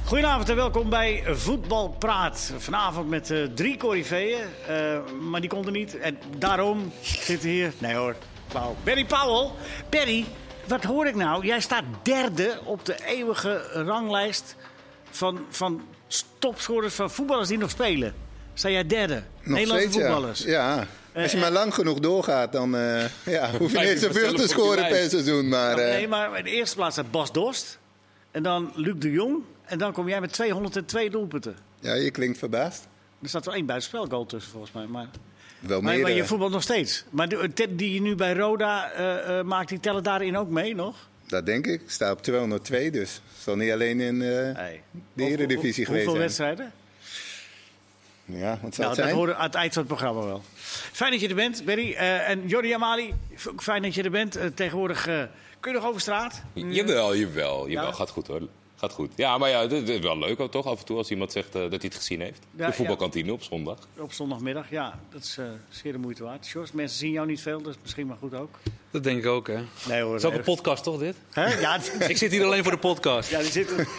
Goedenavond en welkom bij Voetbalpraat. Vanavond met 3 coryfeeën, maar die konden niet. En daarom zitten hier... Nee hoor, Barry Powell. Barry, wat hoor ik nou? Jij staat derde op de eeuwige ranglijst van topscorers van voetballers die nog spelen. Sta jij derde? Nog Nederlandse steeds, voetballers. Ja. Als je maar lang genoeg doorgaat, dan hoef je niet zoveel te scoren per seizoen. Maar, Nee, maar in de eerste plaats staat Bas Dost. En dan Luc de Jong. En dan kom jij met 202 doelpunten. Ja, je klinkt verbaasd. Er staat wel 1 buitenspelgoal tussen volgens mij. Maar je voetbalt nog steeds. Maar die je nu bij Roda maakt, die tellen daarin ook mee nog? Dat denk ik. Ik sta op 202, dus het zal niet alleen in de Eredivisie geweest zijn. Hoeveel wedstrijden? Ja, wat zal het zijn? Dat horen aan het eind van het programma wel. Fijn dat je er bent, Barry. En Jordi Amali, fijn dat je er bent. Tegenwoordig kun je nog over straat? Jawel. Ja? Gaat goed hoor. Gaat goed. Ja, maar ja, het is wel leuk ook toch af en toe als iemand zegt dat hij het gezien heeft. Ja, de voetbalkantine op zondag. Op zondagmiddag, ja. Dat is zeer de moeite waard. Sjors, mensen zien jou niet veel, dat is misschien maar goed ook. Dat denk ik ook, hè? Nee hoor. Het is ook een podcast, toch, dit? Hè? Ja, ik zit hier alleen voor de podcast. Ja, die zitten.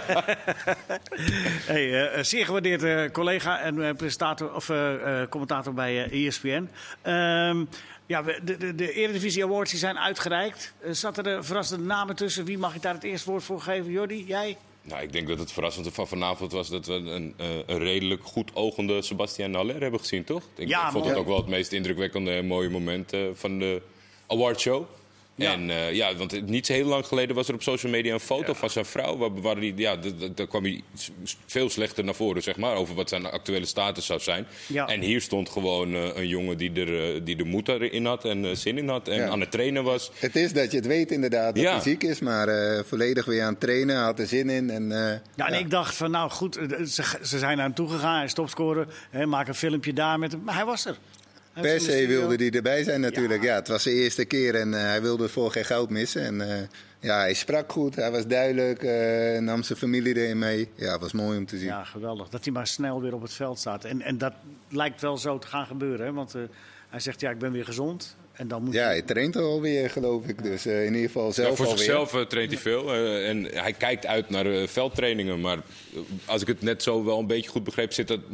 Zeer gewaardeerd collega en presentator of commentator bij ESPN. De Eredivisie Awards die zijn uitgereikt. Zaten er verrassende namen tussen? Wie mag ik daar het eerste woord voor geven? Jordi, jij? Nou, ik denk dat het verrassende van vanavond was dat we een redelijk goed ogende Sebastian Haller hebben gezien, toch? Ik vond het ook wel het meest indrukwekkende en mooie moment van de awardshow. Ja. En want niet zo heel lang geleden was er op social media een foto van zijn vrouw. Daar kwam hij veel slechter naar voren, zeg maar, over wat zijn actuele status zou zijn. Ja. En hier stond gewoon een jongen die de moed erin had en zin in had en aan het trainen was. Het is dat je het weet inderdaad dat hij ziek is, maar volledig weer aan het trainen, had er zin in. En ik dacht van nou goed, ze zijn naar hem toegegaan, hij is topscorer, maak een filmpje daar met hem, maar hij was er. Per se wilde hij erbij zijn natuurlijk. Ja, het was de eerste keer en hij wilde het voor geen goud missen. En hij sprak goed, hij was duidelijk, nam zijn familie erin mee. Ja, het was mooi om te zien. Ja, geweldig. Dat hij maar snel weer op het veld staat. En dat lijkt wel zo te gaan gebeuren. Hè? Want hij zegt, ik ben weer gezond. En dan moet hij traint alweer, geloof ik. Dus in ieder geval zelf voor alweer. Zichzelf traint hij veel. En hij kijkt uit naar veldtrainingen. Maar als ik het net zo wel een beetje goed begreep,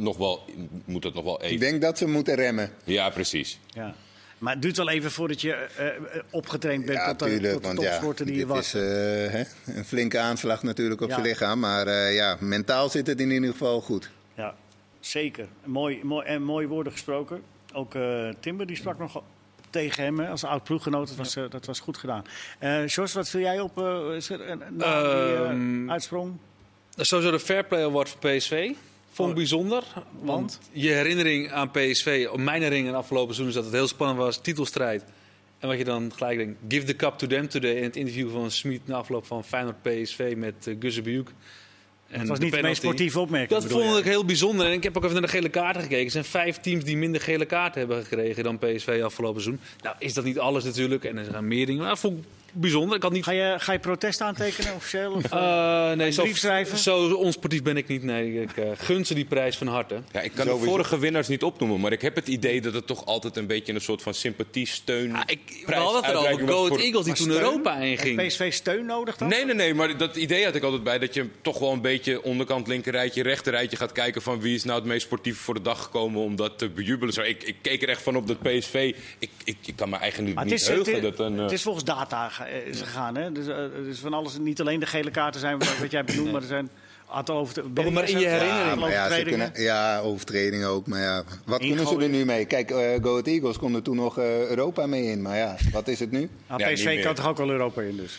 moet dat nog wel even. Ik denk dat ze moeten remmen. Ja, precies. Ja. Maar het duurt wel even voordat je opgetraind bent tot de topsporter die je was. Het is een flinke aanslag natuurlijk op zijn lichaam. Maar mentaal zit het in ieder geval goed. Ja, zeker. Mooie woorden gesproken. Ook Timber die sprak nog tegen hem als oud ploeggenoot. Dat was goed gedaan. Sjors, wat viel jij op? Is er een naam die uitsprong? Sowieso de Fair Play Award van PSV. Vond ik bijzonder. Want je herinnering aan PSV, op mijn herinnering in de afgelopen seizoen, is dat het heel spannend was, titelstrijd. En wat je dan gelijk denkt, give the cup to them today. In het interview van Smit na afloop van Feyenoord PSV met Gussebujuk. Het was niet de meest sportieve opmerking. Dat vond ik heel bijzonder. En ik heb ook even naar de gele kaarten gekeken. Er zijn 5 teams die minder gele kaarten hebben gekregen dan PSV afgelopen seizoen. Nou, is dat niet alles natuurlijk. En er zijn meer dingen. Maar dat vond ik bijzonder. Ik had niet... Ga je protest aantekenen officieel? Of, nee, brief schrijven? Zo onsportief ben ik niet. Nee, ik gun ze die prijs van harte. Ja, ik kan de vorige winnaars niet opnoemen. Maar ik heb het idee dat het toch altijd een beetje een soort van sympathie, steun... We hadden het erover. Go Ahead Eagles die toen Europa inging. Heeft PSV steun nodig dan? Nee. Maar dat idee had ik altijd bij. Dat je toch wel een beetje onderkant linkerrijtje, rechterrijtje gaat kijken van wie is nou het meest sportief voor de dag gekomen om dat te bejubelen. Zo, ik keek er echt van op dat PSV. Ik kan me eigenlijk niet heugen. Het is volgens data gegaan. Hè? Dus van alles, niet alleen de gele kaarten zijn wat jij benoemt, maar er zijn aantal overtredingen. Maar in je herinnering. Overtredingen ook. Maar wat kunnen ze er nu mee? Kijk, Go Ahead Eagles kon er toen nog Europa mee in. Maar wat is het nu? PSV kan toch ook wel Europa in, dus...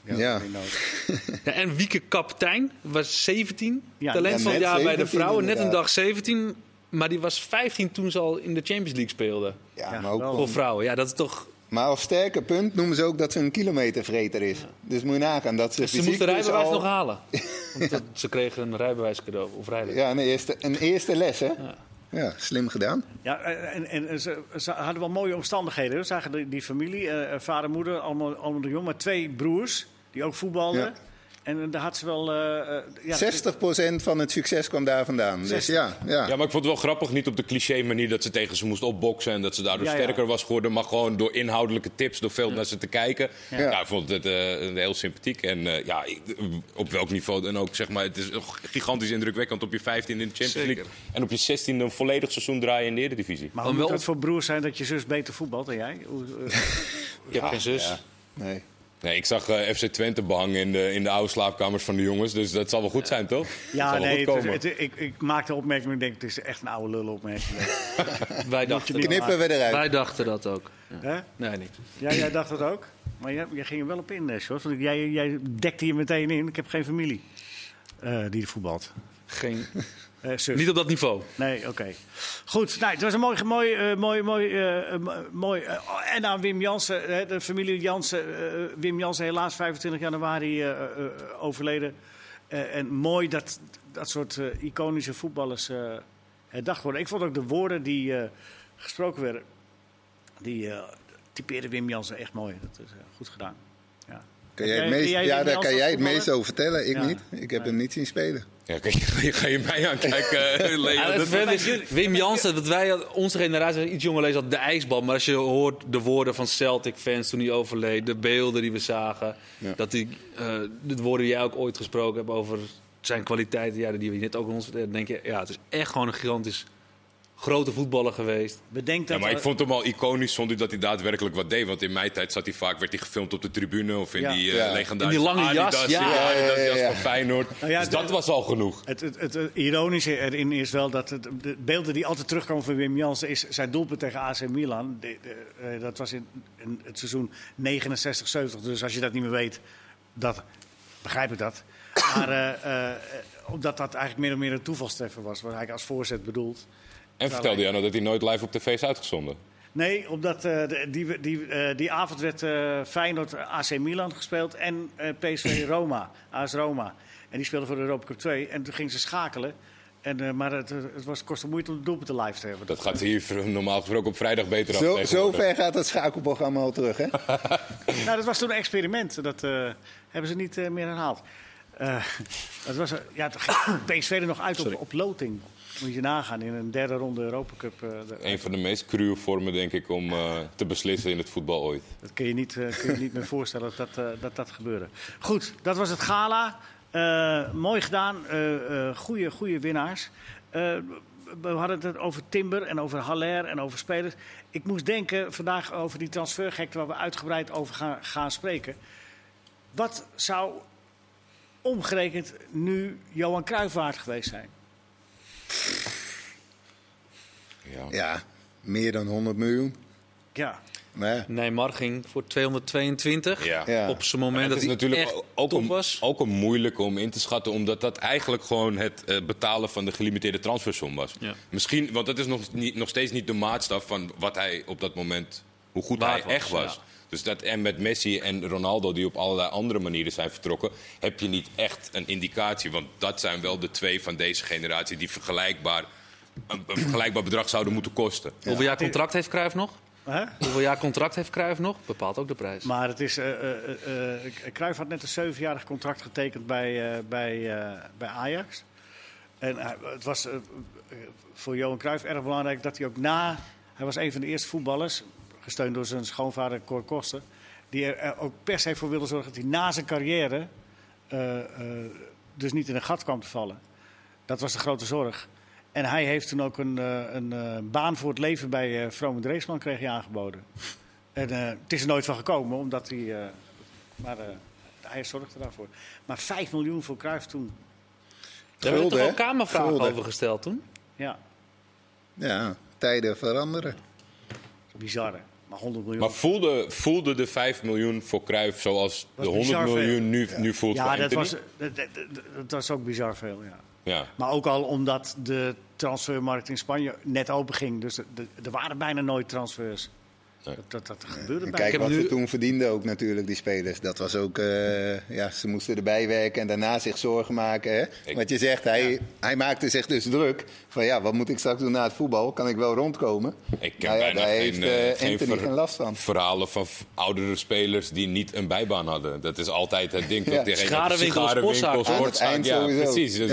En Wieke Kaptein was 17. Talent van het jaar bij de vrouwen. Net een dag 17. Maar die was 15 toen ze al in de Champions League speelden. Ja, maar ook voor vrouwen. Ja, dat is toch... Maar als sterke punt noemen ze ook dat ze een kilometervreter is. Dus moet je nagaan dat ze fysiek... Ze moesten rijbewijs nog halen. Want ze kregen een rijbewijs cadeau. Of rijden. Ja, een eerste les, hè? Ja, slim gedaan. Ja, en ze hadden wel mooie omstandigheden. We zagen die familie, vader, moeder, allemaal de jong. Maar 2 broers die ook voetbalden. Ja. En daar had ze wel... 60% van het succes kwam daar vandaan. Dus ja, maar ik vond het wel grappig. Niet op de cliché manier dat ze tegen ze moest opboksen... en dat ze daardoor sterker was geworden. Maar gewoon door inhoudelijke tips, door veel naar ze te kijken. Ja, ik vond het heel sympathiek. En op welk niveau dan ook. Zeg maar, het is gigantisch indrukwekkend op je 15e in de Champions League. En op je 16e een volledig seizoen draaien in de Eredivisie. Maar hoe moet dat voor broers zijn dat je zus beter voetbalt dan jij? Je hebt geen zus. Ja. Nee. Nee, ik zag FC Twente behangen in de oude slaapkamers van de jongens. Dus dat zal wel goed zijn, toch? Ja, nee, ik maak de opmerking en ik denk, het is echt een oude lulopmerking. Knippen we eruit. Wij dachten dat ook. Ja. Nee, niet. Ja, jij dacht dat ook? Maar jij ging er wel op in, Sjors. Want jij dekte hier meteen in. Ik heb geen familie die voetbalt. Geen... Niet op dat niveau. Nee, oké. Goed, nou, het was een mooi... en aan Wim Jansen, de familie Jansen. Wim Jansen helaas 25 januari overleden. En mooi dat soort iconische voetballers herdacht worden. Ik vond ook de woorden die gesproken werden, die typeerden Wim Jansen echt mooi. Dat is goed gedaan. Ja. Daar kan jij het meest over vertellen. Ik niet. Ik heb hem niet zien spelen. Ja, ga je mij aankijken, Leo? Wim Jansen, dat wij, onze generatie, iets jonger lezen, had de ijsbal. Maar als je hoort de woorden van Celtic-fans toen hij overleed, de beelden die we zagen, dat de woorden die jij ook ooit gesproken hebt over zijn kwaliteiten, die we net ook aan ons vertellen, denk je, het is echt gewoon een gigantisch grote voetballer geweest. Maar ik vond hem al iconisch zonder dat hij daadwerkelijk wat deed. Want in mijn tijd werd hij gefilmd op de tribune of in die legendarische in die lange jas. Adidas jas van Feyenoord. Dus dat was al genoeg. Het ironische erin is wel dat de beelden die altijd terugkomen van Wim Jansen is zijn doelpunt tegen AC Milan. Dat was in het seizoen 69-70. Dus als je dat niet meer weet, begrijp ik dat. Maar omdat dat eigenlijk meer of meer een toevalstreffer was eigenlijk als voorzet bedoeld. En vertelde jij nou dat hij nooit live op tv is uitgezonden? Nee, omdat die avond werd Feyenoord AC Milan gespeeld en PSV Roma, AS Roma. En die speelden voor de Europa Cup 2. En toen gingen ze schakelen. Maar het kostte moeite om de doelpunt live te hebben. Dat gaat hier normaal gesproken op vrijdag beter af. Zo ver gaat het schakelprogramma al terug, hè? Nou, dat was toen een experiment. Dat hebben ze niet meer herhaald. PSV er nog uit op loting. Moet je nagaan in een derde ronde Europa Cup. Een van de meest cruwe vormen, denk ik, om te beslissen in het voetbal ooit. Dat kun je niet meer voorstellen dat gebeurde. Goed, dat was het gala. Mooi gedaan. Goede winnaars. We hadden het over Timber en over Haller en over spelers. Ik moest denken vandaag over die transfergekte waar we uitgebreid over gaan spreken. Wat zou omgerekend nu Johan Cruijff waard geweest zijn? Ja, meer dan 100 miljoen. Ja. Neymar ging voor 222 op zijn moment dat hij natuurlijk echt top was. Ook een moeilijke om in te schatten, omdat dat eigenlijk gewoon het betalen van de gelimiteerde transfersom was. Ja. Misschien, want dat is nog steeds niet de maatstaf van wat hij op dat moment, hoe goed hij echt was. Ja. Dus en met Messi en Ronaldo, die op allerlei andere manieren zijn vertrokken, heb je niet echt een indicatie. Want dat zijn wel de twee van deze generatie die een vergelijkbaar bedrag zouden moeten kosten. Ja. Hoeveel jaar contract heeft Cruijff nog? Hoeveel jaar contract heeft Cruijff nog? Bepaalt ook de prijs. Maar het is, Cruijff had net een 7-jarig contract getekend bij Ajax. En het was voor Johan Cruijff erg belangrijk dat hij ook hij was een van de eerste voetballers, gesteund door zijn schoonvader Cor Koster, die er ook per se voor wilde zorgen dat hij na zijn carrière dus niet in een gat kwam te vallen. Dat was de grote zorg. En hij heeft toen ook een baan voor het leven bij Vrome Dreesman kreeg hij aangeboden. En het is er nooit van gekomen, omdat hij... hij zorgde daarvoor. Maar 5 miljoen voor Cruijff toen. Daar hebben we toch ook kamervragen over gesteld toen? Ja. Ja, tijden veranderen. Bizar, hè? Maar 100 miljoen. Maar voelde de 5 miljoen voor Cruijff zoals de 100 miljoen nu voelt voor Anthony? Dat was ook bizar veel, ja. Ja. Maar ook al omdat de transfermarkt in Spanje net open ging. Dus er waren bijna nooit transfers. Dat gebeurde en bij. kijk wat ze toen verdienden ook natuurlijk, die spelers. Dat was ook, ze moesten erbij werken en daarna zich zorgen maken. Hè? Wat je zegt, hij maakte zich dus druk. Van wat moet ik straks doen na het voetbal? Kan ik wel rondkomen? Ik ken bijna daar heeft Anthony geen last van. Verhalen van oudere spelers die niet een bijbaan hadden. Dat is altijd het ding. Sigarenwinkel, sportzaak. Ja, precies. Dus,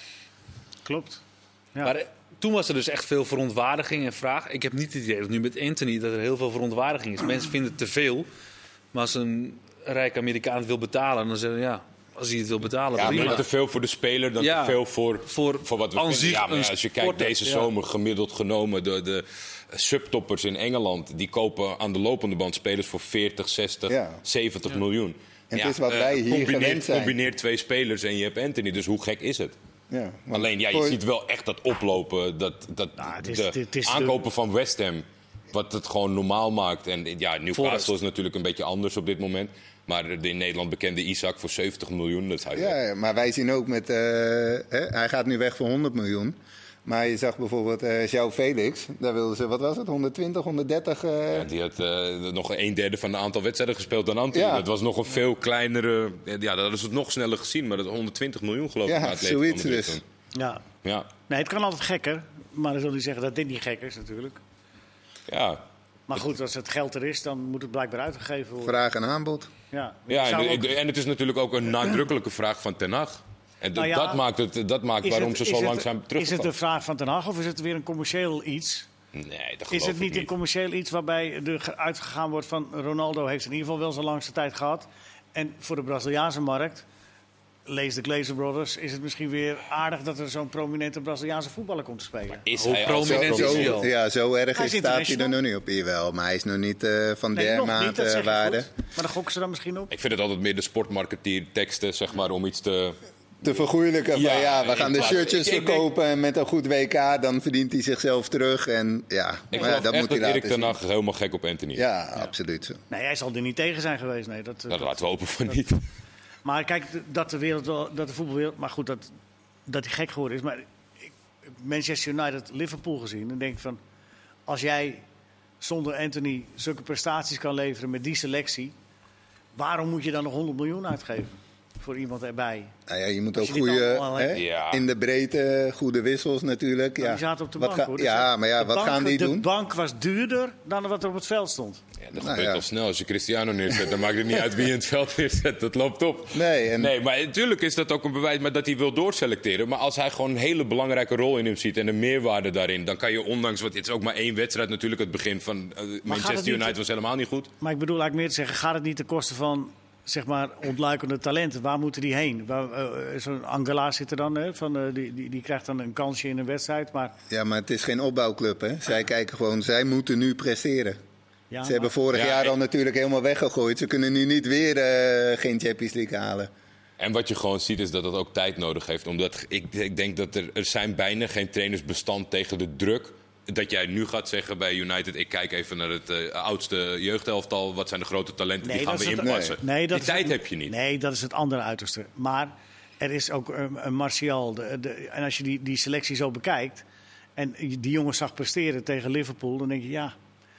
Klopt. Ja. Maar toen was er dus echt veel verontwaardiging en vraag. Ik heb niet het idee dat nu met Anthony dat er heel veel verontwaardiging is. Mensen vinden het te veel. Maar als een rijke Amerikaan het wil betalen, dan zeggen ze als hij het wil betalen. Ja, maar te veel voor de speler dan te veel voor wat we vinden. Ja, maar als je kijkt deze zomer gemiddeld genomen, de subtoppers in Engeland, die kopen aan de lopende band spelers voor 40, 60, 70 miljoen. En het is wat wij hier gewend zijn. Combineer 2 spelers en je hebt Anthony. Dus hoe gek is het? Ja, alleen, je ziet wel echt dat oplopen. Het aankopen van West Ham, wat het gewoon normaal maakt. En Newcastle is natuurlijk een beetje anders op dit moment. Maar de in Nederland bekende Isaac voor 70 miljoen. Dat is maar wij zien ook met... hij gaat nu weg voor 100 miljoen. Maar je zag bijvoorbeeld João Felix. Daar wilden ze, wat was het, 120, 130... die had nog 1/3 van het aantal wedstrijden gespeeld dan Anthony. Dat was nog een veel kleinere... Ja, dat is het nog sneller gezien. Maar dat 120 miljoen geloof ik. Ja, zoiets dus. Ja. Nee, het kan altijd gekker. Maar dat wil niet zeggen dat dit niet gek is natuurlijk. Ja. Maar goed, als het geld er is, dan moet het blijkbaar uitgegeven worden. Vraag en aanbod. Ja, en het is natuurlijk ook een nadrukkelijke vraag van Ten Hag. En dat maakt waarom ze zo lang zijn teruggekomen. Is het een vraag van Ten Hag of is het weer een commercieel iets? Nee, dat geloof Is het ik niet een commercieel iets waarbij er uitgegaan wordt van Ronaldo heeft in ieder geval wel zijn langste tijd gehad. En voor de Braziliaanse markt, lees de Glazer Brothers, is het misschien weer aardig dat er zo'n prominente Braziliaanse voetballer komt te spelen. Is hij prominent? Zo erg staat hij er nog niet op hier wel. Maar hij is nog niet van dermate waarde. Maar dan gokken ze dan misschien op? Ik vind het altijd meer de sportmarketeer teksten, zeg maar, om iets te vergoeilijken. We gaan de shirtjes verkopen en met een goed WK, dan verdient hij zichzelf terug. En ik geloof dat moet hij Erik ten Hag helemaal gek op Anthony. Ja, absoluut. Nee, hij zal er niet tegen zijn geweest. Nee, dat laten we hopen van niet. Maar kijk, dat de voetbalwereld, maar goed, dat hij gek geworden is. Maar Manchester United, Liverpool gezien, dan denk ik van, als jij zonder Anthony zulke prestaties kan leveren met die selectie, waarom moet je dan nog 100 miljoen uitgeven? Voor iemand erbij. Je moet ook in de breedte, goede wissels natuurlijk. Die zaten op de bank. Wat gaan die doen? De bank was duurder dan wat er op het veld stond. Ja, dat gebeurt al snel. Als je Cristiano neerzet, dan maakt het niet uit wie je in het veld neerzet. Dat loopt op. Nee, maar natuurlijk is dat ook een bewijs dat hij wil doorselecteren. Maar als hij gewoon een hele belangrijke rol in hem ziet en een meerwaarde daarin, dan kan je ondanks, het is ook maar 1 wedstrijd natuurlijk, het begin van Manchester United was helemaal niet goed. Maar ik bedoel eigenlijk meer te zeggen, gaat het niet ten koste van, zeg maar, ontluikende talenten? Waar moeten die heen? Zo'n Angela zit er dan, hè? Die krijgt dan een kansje in een wedstrijd. Maar het is geen opbouwclub, hè? Zij kijken gewoon, zij moeten nu presteren. Ze hebben vorig jaar al natuurlijk helemaal weggegooid. Ze kunnen nu niet weer geen Champions League halen. En wat je gewoon ziet is dat het ook tijd nodig heeft. Omdat ik denk dat er zijn bijna geen trainers bestand tegen de druk. Dat jij nu gaat zeggen bij United, ik kijk even naar het oudste jeugdelftal. Wat zijn de grote talenten, die gaan we inpassen. Die tijd heb je niet. Nee, dat is het andere uiterste. Maar er is ook een Martial. En als je die selectie zo bekijkt en die jongens zag presteren tegen Liverpool, dan denk je,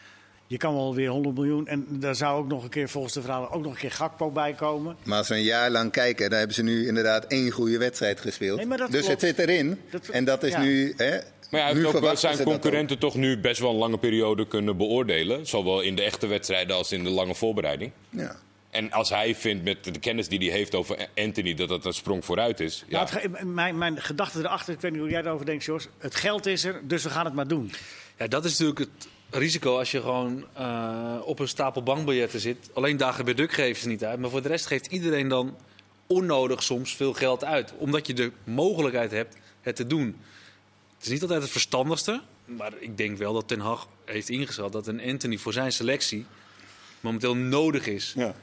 je kan wel weer 100 miljoen. En daar zou ook nog een keer, volgens de verhalen, ook nog een keer Gakpo bij komen. Maar als we een jaar lang kijken, dan hebben ze nu inderdaad 1 goede wedstrijd gespeeld. Nee, dus klopt. Het zit erin. En dat is nu... Maar hij heeft ook zijn concurrenten toch nu best wel een lange periode kunnen beoordelen. Zowel in de echte wedstrijden als in de lange voorbereiding. Ja. En als hij vindt met de kennis die hij heeft over Anthony dat dat een sprong vooruit is. Ja. Mijn gedachte erachter, ik weet niet hoe jij erover denkt, Jos. Het geld is er, dus we gaan het maar doen. Ja, dat is natuurlijk het risico als je gewoon op een stapel bankbiljetten zit. Alleen Dagobert Duck geven ze niet uit. Maar voor de rest geeft iedereen dan onnodig soms veel geld uit. Omdat je de mogelijkheid hebt het te doen. Het is niet altijd het verstandigste. Maar ik denk wel dat Ten Hag heeft ingeschat dat een Anthony voor zijn selectie momenteel nodig is. Ja.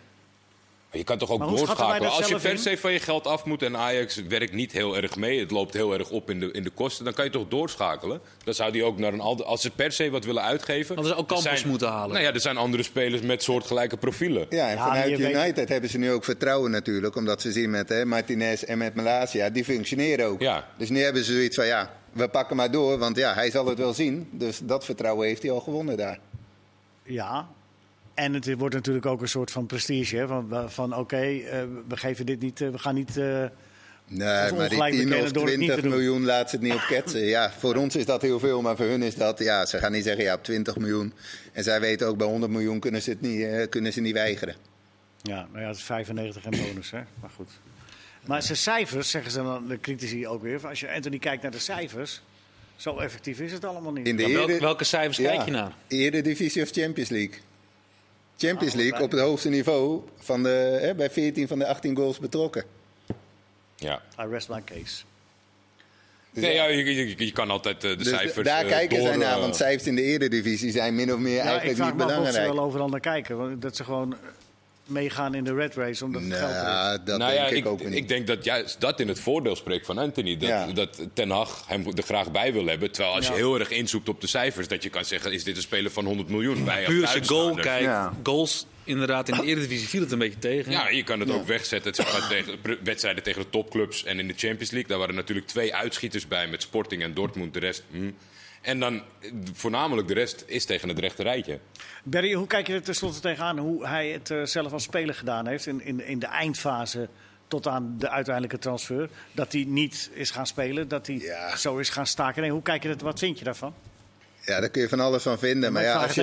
Je kan toch ook doorschakelen. Als je per se van je geld af moet en Ajax werkt niet heel erg mee, het loopt heel erg op in de kosten, dan kan je toch doorschakelen. Dan zou die ook naar als ze per se wat willen uitgeven. Dan ze ook Campos moeten halen. Nou ja, er zijn andere spelers met soortgelijke profielen. Ja, en vanuit United hebben ze nu ook vertrouwen natuurlijk, omdat ze zien met Martinez en met Malacia, die functioneren ook. Ja. Dus nu hebben ze zoiets van we pakken maar door, want hij zal het wel zien. Dus dat vertrouwen heeft hij al gewonnen daar. Ja. En het wordt natuurlijk ook een soort van prestige. Hè? Van oké, we geven dit niet, we gaan niet... Nee, maar die 10 of 20 miljoen laat ze het niet op ketsen. Ja, voor ons is dat heel veel, maar voor hun is dat... Ja, ze gaan niet zeggen op 20 miljoen. En zij weten ook bij 100 miljoen kunnen ze niet weigeren. Ja, nou ja, het is 95 en bonus, hè. Maar goed. Maar zijn cijfers, zeggen ze dan de critici ook weer. Als je Anthony kijkt naar de cijfers, zo effectief is het allemaal niet. Welke cijfers kijk je naar? Eredivisie of Champions League? Champions League op het hoogste niveau bij 14 van de 18 goals betrokken. Ja. I rest my case. Nee, ja, je kan altijd de cijfers... Daar kijken zij naar, want cijfers in de Eredivisie zijn min of meer eigenlijk niet belangrijk. Ik vraag me af of ze wel overal naar kijken. Want dat ze gewoon meegaan in de red race omdat het geld er is. Dat denk ik ook niet. Ik denk dat juist dat in het voordeel spreekt van Anthony. Dat Ten Hag hem er graag bij wil hebben. Terwijl als je heel erg inzoekt op de cijfers... dat je kan zeggen, is dit een speler van 100 miljoen? Puur zijn goal kijkt. Goals, inderdaad, in de Eredivisie viel het een beetje tegen. Ja, je kan het ook wegzetten. Zeg maar, tegen wedstrijden tegen de topclubs en in de Champions League. Daar waren natuurlijk 2 uitschieters bij met Sporting en Dortmund. De rest... En dan voornamelijk de rest is tegen het rechte rijtje. Berry, hoe kijk je er tenslotte tegenaan hoe hij het zelf als speler gedaan heeft in de eindfase tot aan de uiteindelijke transfer? Dat hij niet is gaan spelen, dat hij zo is gaan staken. Nee, hoe kijk je dat? Wat vind je daarvan? Ja, daar kun je van alles van vinden. Maar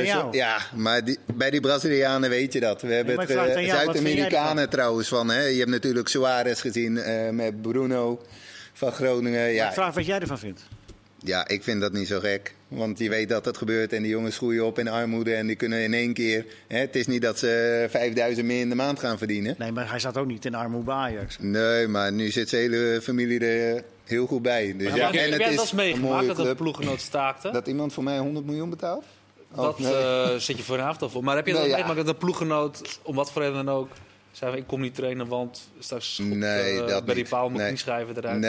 bij die Brazilianen weet je dat. We hebben het Zuid-Amerikanen trouwens van. Hè? Je hebt natuurlijk Suarez gezien met Bruno van Groningen. Ja. Ik vraag wat jij ervan vindt. Ja, ik vind dat niet zo gek. Want je weet dat het gebeurt en die jongens groeien op in armoede en die kunnen in één keer... Het is niet dat ze 5.000 meer in de maand gaan verdienen. Nee, maar hij zat ook niet in armoede bij Ajax. Nee, maar nu zit zijn hele familie er heel goed bij. Dus heb jij dat eens meegemaakt dat een ploeggenoot staakte? Dat iemand voor mij 100 miljoen betaalt? Dat zit je vanavond al voor. Maar heb je dat meegemaakt dat een ploeggenoot, om wat voor reden dan ook... zei ik kom niet trainen, want straks Barry Paul moet niet schrijven eruit.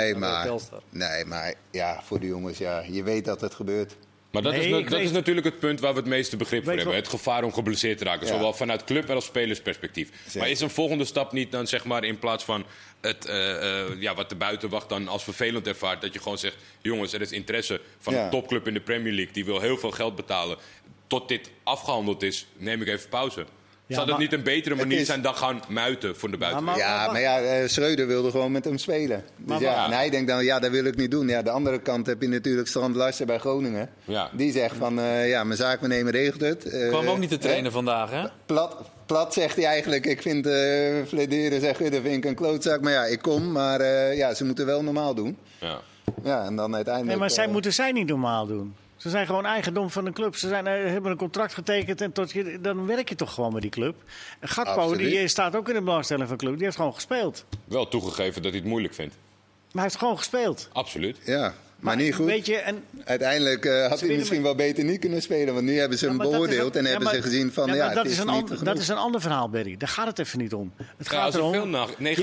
Nee, maar ja, voor de jongens, je weet dat het gebeurt. Maar dat is natuurlijk het punt waar we het meeste begrip voor hebben. Het gevaar om geblesseerd te raken. Zowel vanuit club- en als spelersperspectief. Zeker. Maar is een volgende stap niet dan zeg maar in plaats van het, wat de buitenwacht dan als vervelend ervaart. Dat je gewoon zegt, jongens, er is interesse van een topclub in de Premier League. Die wil heel veel geld betalen. Tot dit afgehandeld is, neem ik even pauze. Zou dat niet een betere manier zijn dan gaan muiten voor de buitenwereld? Maar Schreuder wilde gewoon met hem spelen. Dus en hij denkt dan, dat wil ik niet doen. Ja, de andere kant heb je natuurlijk Strand Larsen bij Groningen. Ja. Die zegt van, mijn zaakwaarnemer regelt het. Kwam ook niet te trainen vandaag, hè? Plat zegt hij eigenlijk, ik vind Vlederen zeggen, dat vind ik een klootzak. Maar ja, ik kom, maar ze moeten wel normaal doen. Ja, en dan uiteindelijk... Nee, maar zij moeten zij niet normaal doen. Ze zijn gewoon eigendom van een club. Ze hebben een contract getekend en dan werk je toch gewoon met die club. Gakpo, die staat ook in de belangstelling van de club. Die heeft gewoon gespeeld. Wel toegegeven dat hij het moeilijk vindt. Maar hij heeft gewoon gespeeld. Absoluut. Ja, maar niet goed. Weet je, uiteindelijk had hij misschien wel beter niet kunnen spelen. Want nu hebben ze hem beoordeeld en hebben ze gezien van... dat is een ander verhaal, Berry. Daar gaat het even niet om. Het gaat erom,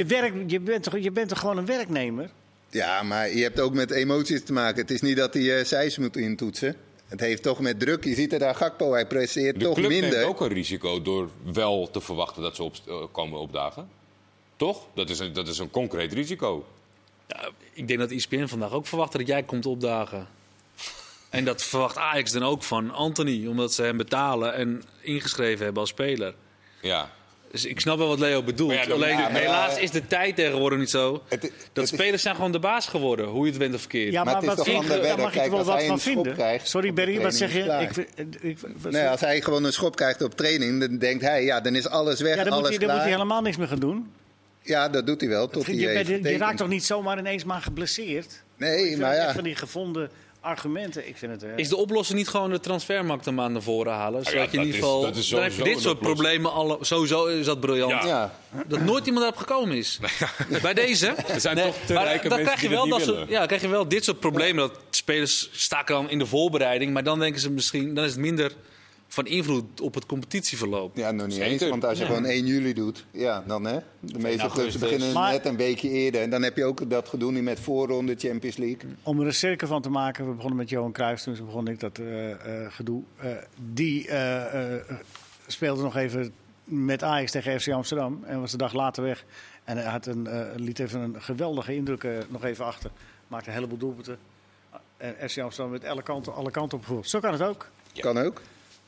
je bent toch gewoon een werknemer? Ja, maar je hebt ook met emoties te maken. Het is niet dat hij cijfers moet intoetsen. Het heeft toch met druk. Je ziet het daar Gakpo, hij presteert toch minder. De club neemt ook een risico door wel te verwachten dat ze komen opdagen. Toch? Dat is een concreet risico. Ja, ik denk dat ESPN vandaag ook verwacht dat jij komt opdagen. En dat verwacht Ajax dan ook van Anthony. Omdat ze hem betalen en ingeschreven hebben als speler. Ja. Dus ik snap wel wat Leo bedoelt. Alleen helaas is de tijd tegenwoordig niet zo. Spelers zijn gewoon de baas geworden, hoe je het went of verkeerd. Ja, maar daar mag ik er wel wat van vinden. Sorry Berry, wat zeg je? Als hij gewoon een schop krijgt op training, dan denkt hij, dan is alles weg, alles klaar. Dan moet hij helemaal niks meer gaan doen. Ja, dat doet hij wel. Je raakt toch niet zomaar ineens maar geblesseerd? Nee, maar ja. Van die gevonden argumenten. Ik vind het, is de oplossing niet gewoon de transfermarkt er maar naar voren halen? Zodat je in ieder geval... Dan heb je dit soort problemen... Sowieso is dat briljant. Ja. Dat nooit iemand erop gekomen is. Bij deze... Er zijn toch te rijke mensen die dat niet willen. Dan krijg je wel dit soort problemen. Dat spelers staken dan in de voorbereiding. Maar dan denken ze misschien... Dan is het minder van invloed op het competitieverloop. Ja, nog niet eens. Want als je gewoon 1 juli doet... Ja, dan hè. De meeste clubs beginnen net een weekje eerder. En dan heb je ook dat gedoe nu met voorronde Champions League. Om er een cirkel van te maken. We begonnen met Johan Cruijff. Toen begon ik dat gedoe. Die speelde nog even met Ajax tegen FC Amsterdam. En was de dag later weg. En hij liet even een geweldige indruk nog even achter. Maakte een heleboel doelpunten. En FC Amsterdam met alle kanten opgevoerd. Zo kan het ook. Ja. Kan ook.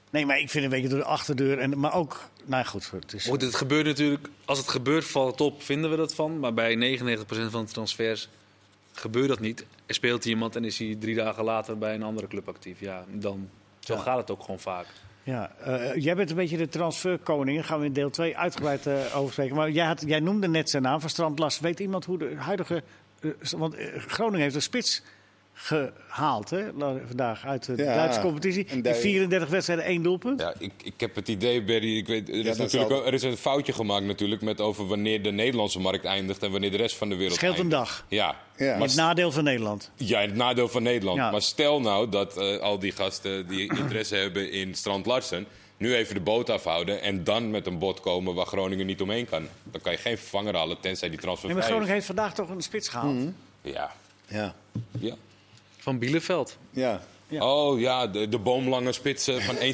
Nee, maar ik vind een beetje door de achterdeur. Maar ook, nou goed. Het gebeurt natuurlijk, als het gebeurt valt het op, vinden we dat van. Maar bij 99% van de transfers gebeurt dat niet. Er speelt iemand en is hij 3 dagen later bij een andere club actief. Ja, dan zo gaat het ook gewoon vaak. Ja, jij bent een beetje de transferkoning. Daar gaan we in deel 2 uitgebreid over spreken. Maar jij noemde net zijn naam van Strand Larsen. Weet iemand hoe de huidige... want Groningen heeft een spits gehaald vandaag uit de Duitse competitie. In 34 wedstrijden 1 doelpunt. Ja, ik heb het idee, Berry, ik weet, er is een foutje gemaakt natuurlijk met over wanneer de Nederlandse markt eindigt en wanneer de rest van de wereld scheelt eindigt. Een dag. Ja. Maar het nadeel van Nederland. Ja, het nadeel van Nederland. Ja. Maar stel nou dat al die gasten die interesse hebben in Strand Larsen nu even de boot afhouden en dan met een bod komen waar Groningen niet omheen kan. Dan kan je geen vervanger halen tenzij die transfer. Maar Groningen heeft vandaag toch een spits gehaald? Mm-hmm. Ja. Van Bielefeld. Ja. Oh ja, de boomlange spits van 1,86.